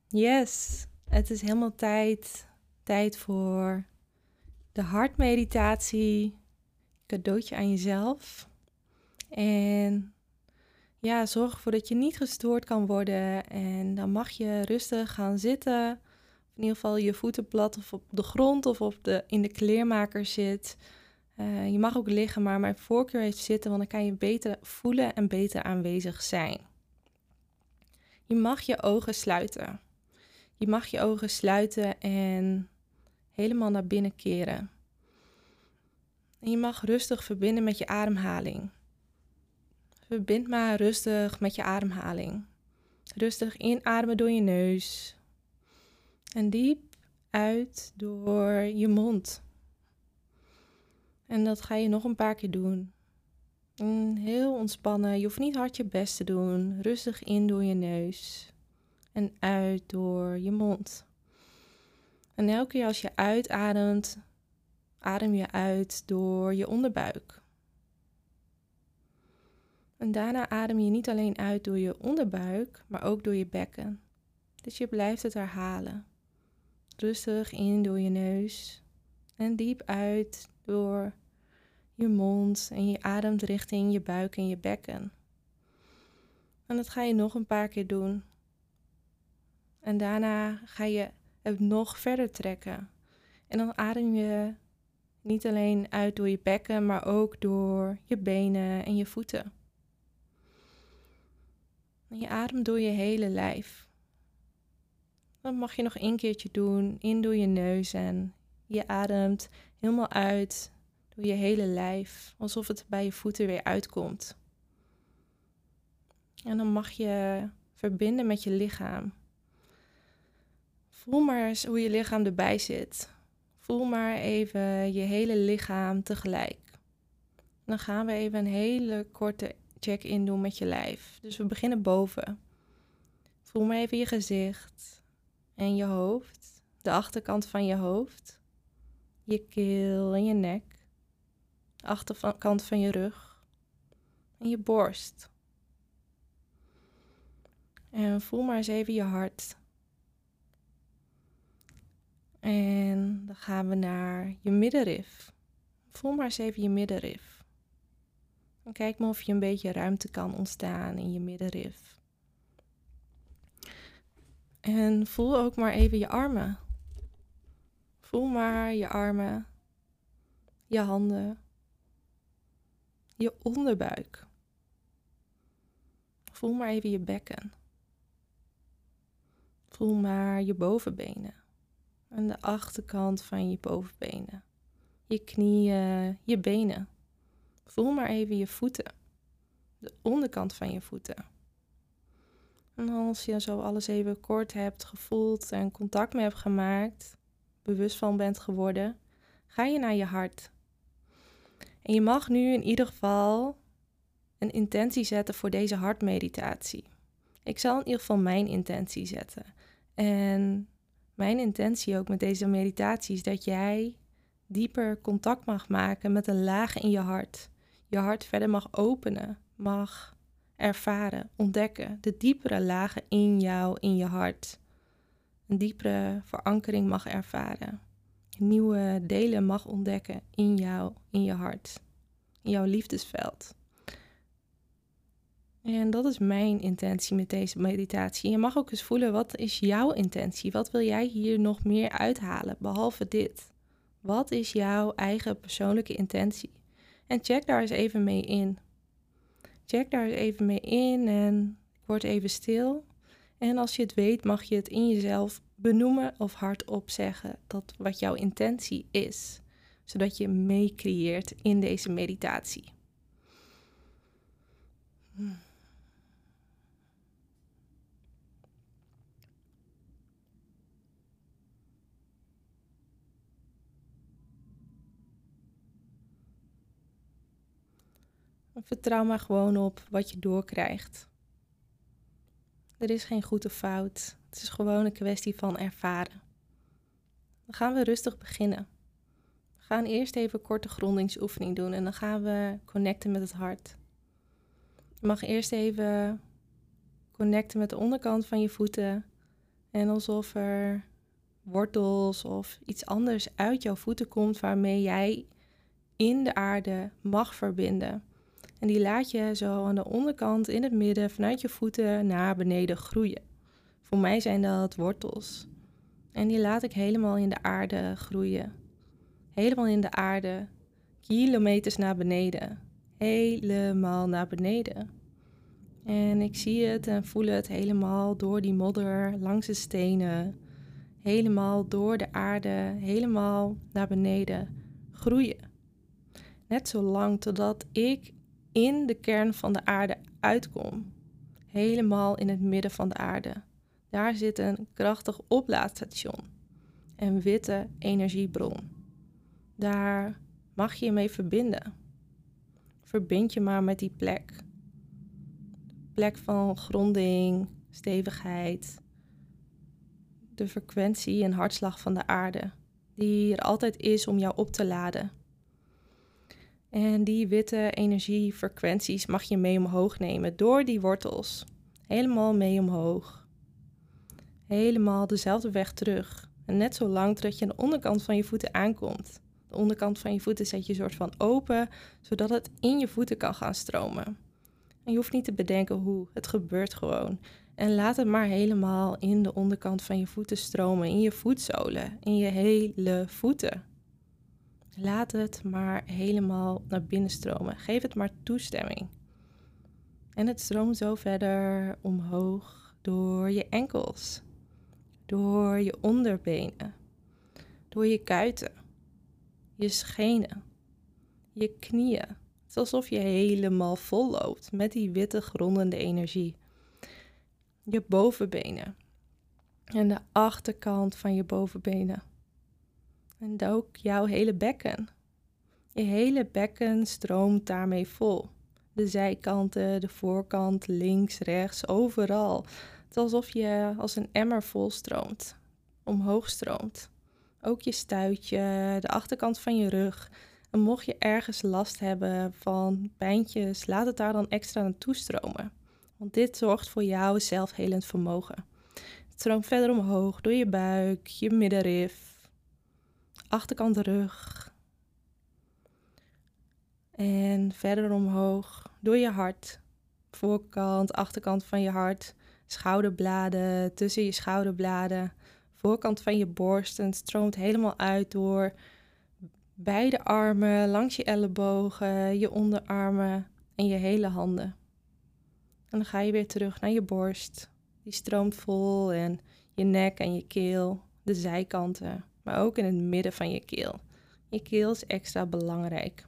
Yes, het is helemaal tijd voor de hartmeditatie, cadeautje aan jezelf. En ja, zorg ervoor dat je niet gestoord kan worden en dan mag je rustig gaan zitten. Of in ieder geval je voeten plat of op de grond of in de kleermaker zit. Je mag ook liggen, maar mijn voorkeur heeft zitten, want dan kan je beter voelen en beter aanwezig zijn. Je mag je ogen sluiten. Je mag je ogen sluiten en helemaal naar binnen keren. En je mag rustig verbinden met je ademhaling. Verbind maar rustig met je ademhaling. Rustig inademen door je neus. En diep uit door je mond. En dat ga je nog een paar keer doen. En heel ontspannen. Je hoeft niet hard je best te doen. Rustig in door je neus. En uit door je mond. En elke keer als je uitademt, adem je uit door je onderbuik. En daarna adem je niet alleen uit door je onderbuik, maar ook door je bekken. Dus je blijft het herhalen. Rustig in door je neus en diep uit door je mond. En je ademt richting je buik en je bekken. En dat ga je nog een paar keer doen. En daarna ga je het nog verder trekken. En dan adem je niet alleen uit door je bekken, maar ook door je benen en je voeten. En je ademt door je hele lijf. Dat mag je nog 1 keertje doen, in door je neus en je ademt helemaal uit door je hele lijf, alsof het bij je voeten weer uitkomt. En dan mag je verbinden met je lichaam. Voel maar eens hoe je lichaam erbij zit. Voel maar even je hele lichaam tegelijk. Dan gaan we even een hele korte check-in doen met je lijf. Dus we beginnen boven. Voel maar even je gezicht en je hoofd. De achterkant van je hoofd. Je keel en je nek. De achterkant van je rug. En je borst. En voel maar eens even je hart. En dan gaan we naar je middenrif. Voel maar eens even je middenrif. En kijk maar of je een beetje ruimte kan ontstaan in je middenrif. En voel ook maar even je armen. Voel maar je armen, je handen, je onderbuik. Voel maar even je bekken. Voel maar je bovenbenen en de achterkant van je bovenbenen. Je knieën, je benen. Voel maar even je voeten, de onderkant van je voeten. En als je zo alles even kort hebt gevoeld en contact mee hebt gemaakt, bewust van bent geworden, ga je naar je hart. En je mag nu in ieder geval een intentie zetten voor deze hartmeditatie. Ik zal in ieder geval mijn intentie zetten. En mijn intentie ook met deze meditatie is dat jij dieper contact mag maken met een laag in je hart. Je hart verder mag openen, mag ervaren, ontdekken. De diepere lagen in jou, in je hart. Een diepere verankering mag ervaren. Nieuwe delen mag ontdekken in jou, in je hart. In jouw liefdesveld. En dat is mijn intentie met deze meditatie. Je mag ook eens voelen, wat is jouw intentie? Wat wil jij hier nog meer uithalen, behalve dit? Wat is jouw eigen persoonlijke intentie? En check daar eens even mee in. Check daar eens even mee in en word even stil. En als je het weet, mag je het in jezelf benoemen of hardop zeggen dat wat jouw intentie is. Zodat je mee creëert in deze meditatie. Vertrouw maar gewoon op wat je doorkrijgt. Er is geen goed of fout. Het is gewoon een kwestie van ervaren. Dan gaan we rustig beginnen. We gaan eerst even een korte grondingsoefening doen en dan gaan we connecten met het hart. Je mag eerst even connecten met de onderkant van je voeten En alsof er wortels of iets anders uit jouw voeten komt waarmee jij in de aarde mag verbinden. En die laat je zo aan de onderkant in het midden vanuit je voeten naar beneden groeien. Voor mij zijn dat wortels. En die laat ik helemaal in de aarde groeien. Helemaal in de aarde. Kilometers naar beneden. Helemaal naar beneden. En ik zie het en voel het helemaal door die modder, langs de stenen. Helemaal door de aarde, helemaal naar beneden groeien. Net zo lang totdat ik in de kern van de aarde uitkom. Helemaal in het midden van de aarde. Daar zit een krachtig oplaadstation. Een witte energiebron. Daar mag je je mee verbinden. Verbind je maar met die plek. Plek van gronding, stevigheid. De frequentie en hartslag van de aarde. Die er altijd is om jou op te laden. En die witte energiefrequenties mag je mee omhoog nemen door die wortels. Helemaal mee omhoog. Helemaal dezelfde weg terug. En net zo lang totdat je aan de onderkant van je voeten aankomt. De onderkant van je voeten zet je soort van open, zodat het in je voeten kan gaan stromen. En je hoeft niet te bedenken hoe, het gebeurt gewoon. En laat het maar helemaal in de onderkant van je voeten stromen, in je voetzolen, in je hele voeten. Laat het maar helemaal naar binnen stromen. Geef het maar toestemming. En het stroomt zo verder omhoog door je enkels. Door je onderbenen. Door je kuiten. Je schenen. Je knieën. Het is alsof je helemaal vol loopt met die witte grondende energie. Je bovenbenen. En de achterkant van je bovenbenen. En ook jouw hele bekken. Je hele bekken stroomt daarmee vol. De zijkanten, de voorkant, links, rechts, overal. Het is alsof je als een emmer vol stroomt. Omhoog stroomt. Ook je stuitje, de achterkant van je rug. En mocht je ergens last hebben van pijntjes, laat het daar dan extra naartoe stromen. Want dit zorgt voor jouw zelfhelend vermogen. Het stroomt verder omhoog door je buik, je middenrif, achterkant rug. En verder omhoog door je hart, voorkant, achterkant van je hart, schouderbladen, tussen je schouderbladen, voorkant van je borst. En het stroomt helemaal uit door beide armen, langs je ellebogen, je onderarmen en je hele handen. En dan ga je weer terug naar je borst. Die stroomt vol en je nek en je keel, de zijkanten, maar ook in het midden van je keel. Je keel is extra belangrijk.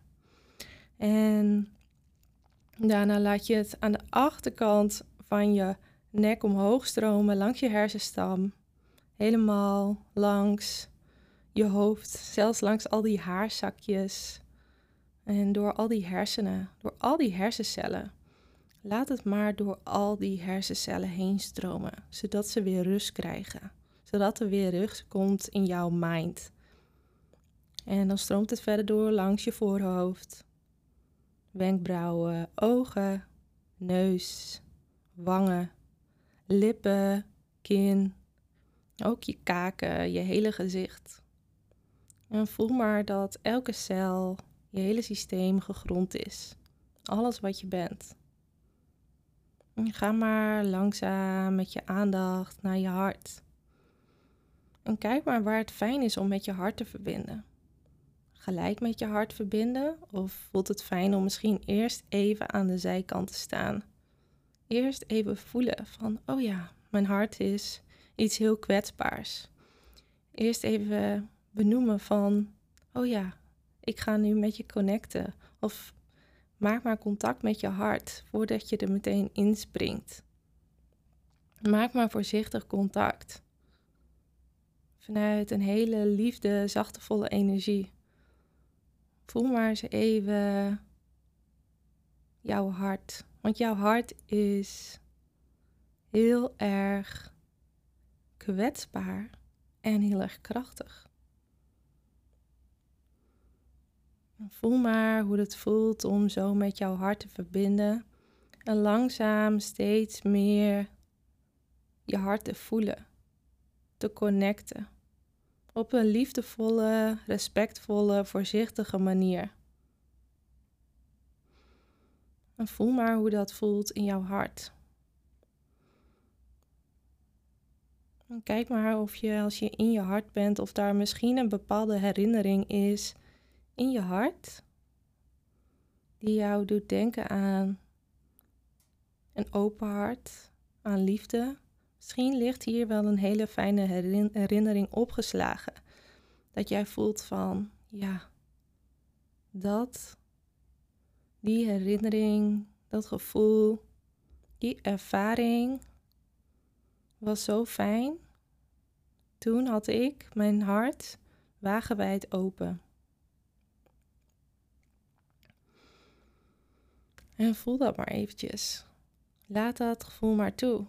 En daarna laat je het aan de achterkant van je nek omhoog stromen, langs je hersenstam. Helemaal langs je hoofd, zelfs langs al die haarzakjes. En door al die hersenen, door al die hersencellen. Laat het maar door al die hersencellen heen stromen, zodat ze weer rust krijgen. Zodat er weer rust komt in jouw mind. En dan stroomt het verder door langs je voorhoofd. Wenkbrauwen, ogen, neus, wangen, lippen, kin, ook je kaken, je hele gezicht. En voel maar dat elke cel, je hele systeem gegrond is. Alles wat je bent. En ga maar langzaam met je aandacht naar je hart. En kijk maar waar het fijn is om met je hart te verbinden. Gelijk met je hart verbinden? Of voelt het fijn om misschien eerst even aan de zijkant te staan? Eerst even voelen van, oh ja, mijn hart is iets heel kwetsbaars. Eerst even benoemen van, oh ja, ik ga nu met je connecten. Of maak maar contact met je hart voordat je er meteen inspringt. Maak maar voorzichtig contact. Vanuit een hele liefde, zachtevolle energie. Voel maar eens even jouw hart. Want jouw hart is heel erg kwetsbaar en heel erg krachtig. Voel maar hoe het voelt om zo met jouw hart te verbinden. En langzaam steeds meer je hart te voelen. te connecten. Op een liefdevolle, respectvolle, voorzichtige manier. En voel maar hoe dat voelt in jouw hart. En kijk maar of je, als je in je hart bent, of daar misschien een bepaalde herinnering is in je hart, die jou doet denken aan een open hart, aan liefde. Misschien ligt hier wel een hele fijne herinnering opgeslagen. Dat jij voelt van, ja, die herinnering, dat gevoel, die ervaring was zo fijn. Toen had ik mijn hart wagenwijd open. En voel dat maar eventjes. Laat dat gevoel maar toe.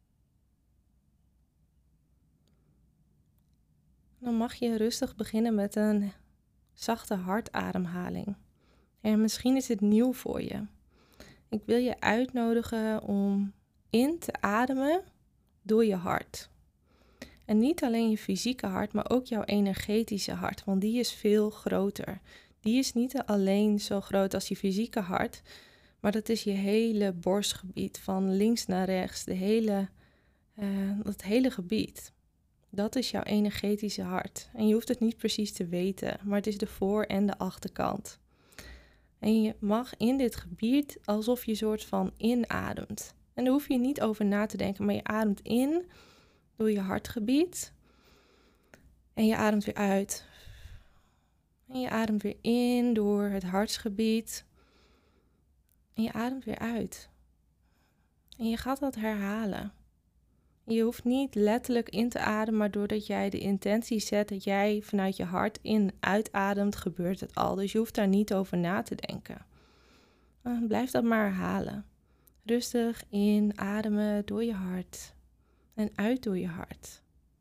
Dan mag je rustig beginnen met een zachte hartademhaling. En misschien is het nieuw voor je. Ik wil je uitnodigen om in te ademen door je hart. En niet alleen je fysieke hart, maar ook jouw energetische hart. Want die is veel groter. Die is niet alleen zo groot als je fysieke hart, maar dat is je hele borstgebied, van links naar rechts. Dat hele gebied. Dat is jouw energetische hart. En je hoeft het niet precies te weten, maar het is de voor- en de achterkant. En je mag in dit gebied alsof je soort van inademt. En daar hoef je niet over na te denken, maar je ademt in door je hartgebied. En je ademt weer uit. En je ademt weer in door het hartsgebied. En je ademt weer uit. En je gaat dat herhalen. Je hoeft niet letterlijk in te ademen, maar doordat jij de intentie zet dat jij vanuit je hart in uitademt, gebeurt het al. Dus je hoeft daar niet over na te denken. Blijf dat maar herhalen. Rustig inademen door je hart en uit door je hart.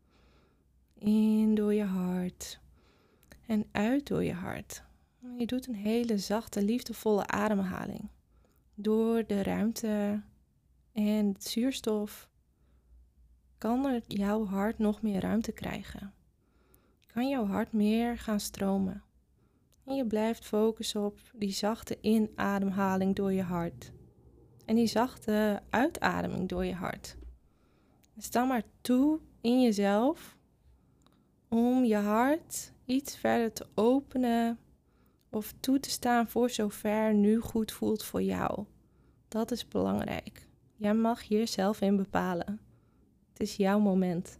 In door je hart en uit door je hart. Je doet een hele zachte, liefdevolle ademhaling. Door de ruimte en het zuurstof kan jouw hart nog meer ruimte krijgen. Kan jouw hart meer gaan stromen. En je blijft focussen op die zachte inademhaling door je hart. En die zachte uitademing door je hart. Sta maar toe in jezelf om je hart iets verder te openen of toe te staan voor zover nu goed voelt voor jou. Dat is belangrijk. Jij mag hier zelf in bepalen. Het is jouw moment.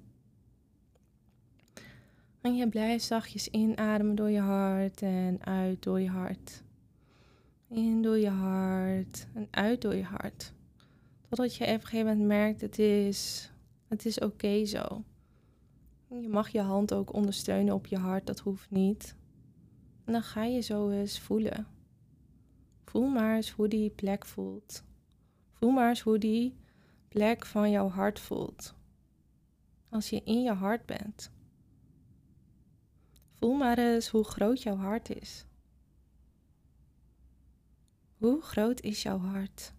En je blijft zachtjes inademen door je hart en uit door je hart. In door je hart en uit door je hart. Totdat je op een gegeven moment merkt, het is oké zo. Je mag je hand ook ondersteunen op je hart, dat hoeft niet. En dan ga je zo eens voelen. Voel maar eens hoe die plek voelt. Voel maar eens hoe die plek van jouw hart voelt. Als je in je hart bent. Voel maar eens hoe groot jouw hart is. Hoe groot is jouw hart?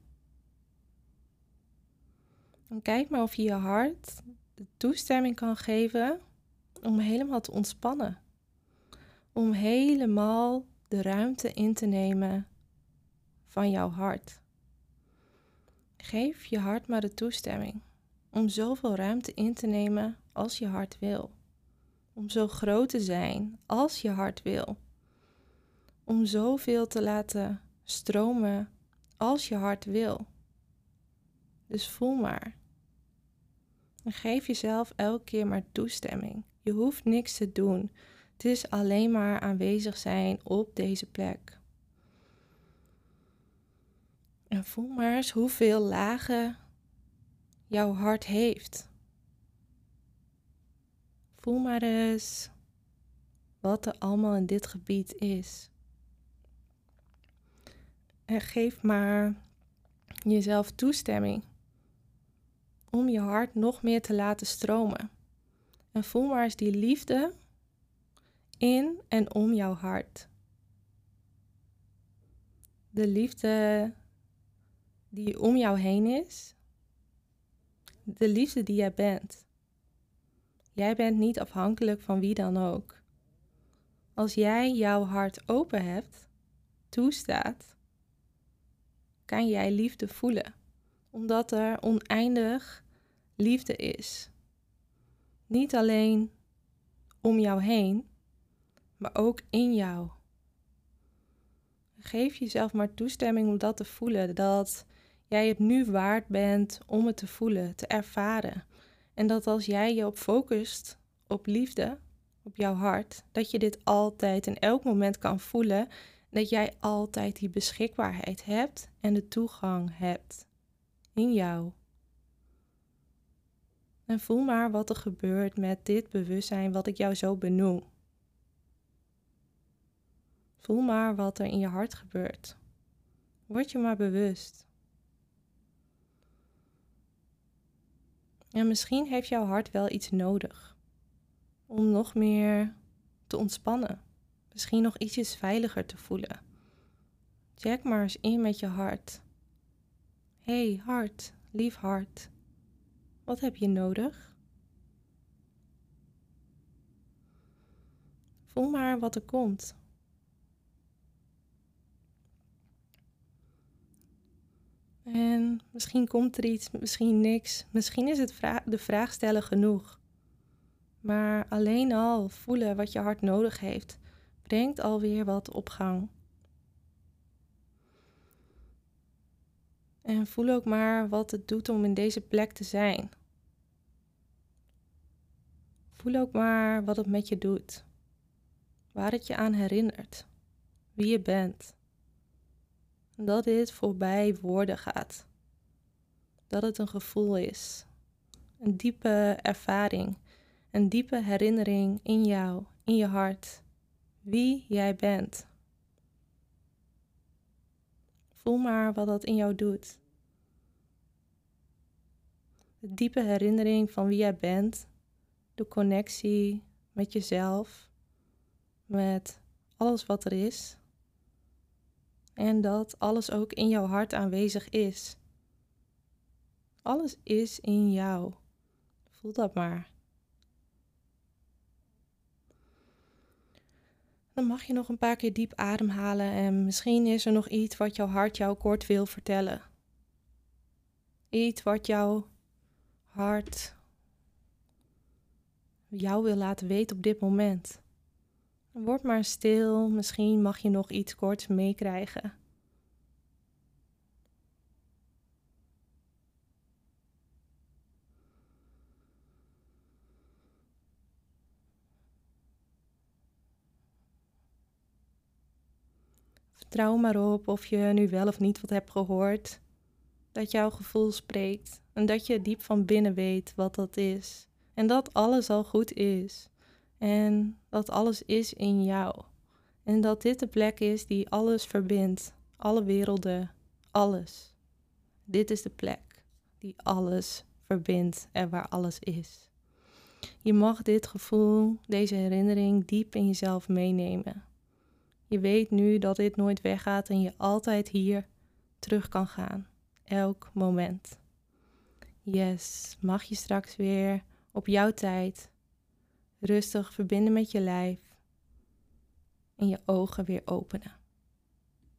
En kijk maar of je je hart de toestemming kan geven om helemaal te ontspannen. Om helemaal de ruimte in te nemen van jouw hart. Geef je hart maar de toestemming om zoveel ruimte in te nemen als je hart wil. Om zo groot te zijn als je hart wil. Om zoveel te laten stromen als je hart wil. Dus voel maar. En geef jezelf elke keer maar toestemming. Je hoeft niks te doen. Het is alleen maar aanwezig zijn op deze plek. En voel maar eens hoeveel lagen jouw hart heeft. Voel maar eens wat er allemaal in dit gebied is. En geef maar jezelf toestemming om je hart nog meer te laten stromen. En voel maar eens die liefde in en om jouw hart. De liefde die om jou heen is. De liefde die jij bent. Jij bent niet afhankelijk van wie dan ook. Als jij jouw hart open hebt, toestaat, kan jij liefde voelen. Omdat er oneindig liefde is. Niet alleen om jou heen, maar ook in jou. Geef jezelf maar toestemming om dat te voelen. Dat jij het nu waard bent om het te voelen, te ervaren. En dat als jij je op focust op liefde, op jouw hart, dat je dit altijd en elk moment kan voelen. Dat jij altijd die beschikbaarheid hebt en de toegang hebt in jou. En voel maar wat er gebeurt met dit bewustzijn wat ik jou zo benoem. Voel maar wat er in je hart gebeurt. Word je maar bewust. En misschien heeft jouw hart wel iets nodig om nog meer te ontspannen. Misschien nog ietsjes veiliger te voelen. Check maar eens in met je hart. Hey hart, lief hart. Wat heb je nodig? Voel maar wat er komt. En misschien komt er iets, misschien niks. Misschien is het de vraag stellen genoeg. Maar alleen al voelen wat je hart nodig heeft, brengt alweer wat op gang. En voel ook maar wat het doet om in deze plek te zijn. Voel ook maar wat het met je doet. Waar het je aan herinnert. Wie je bent. Dat dit voorbij woorden gaat. Dat het een gevoel is. Een diepe ervaring. Een diepe herinnering in jou, in je hart. Wie jij bent. Voel maar wat dat in jou doet. De diepe herinnering van wie jij bent. De connectie met jezelf. Met alles wat er is. En dat alles ook in jouw hart aanwezig is. Alles is in jou. Voel dat maar. Dan mag je nog een paar keer diep ademhalen en misschien is er nog iets wat jouw hart jou kort wil vertellen. Iets wat jouw hart jou wil laten weten op dit moment. Word maar stil, misschien mag je nog iets korts meekrijgen. Vertrouw maar op of je nu wel of niet wat hebt gehoord. Dat jouw gevoel spreekt en dat je diep van binnen weet wat dat is. En dat alles al goed is. En dat alles is in jou. En dat dit de plek is die alles verbindt. Alle werelden, alles. Dit is de plek die alles verbindt en waar alles is. Je mag dit gevoel, deze herinnering diep in jezelf meenemen. Je weet nu dat dit nooit weggaat en je altijd hier terug kan gaan. Elk moment. Yes, mag je straks weer op jouw tijd rustig verbinden met je lijf en je ogen weer openen.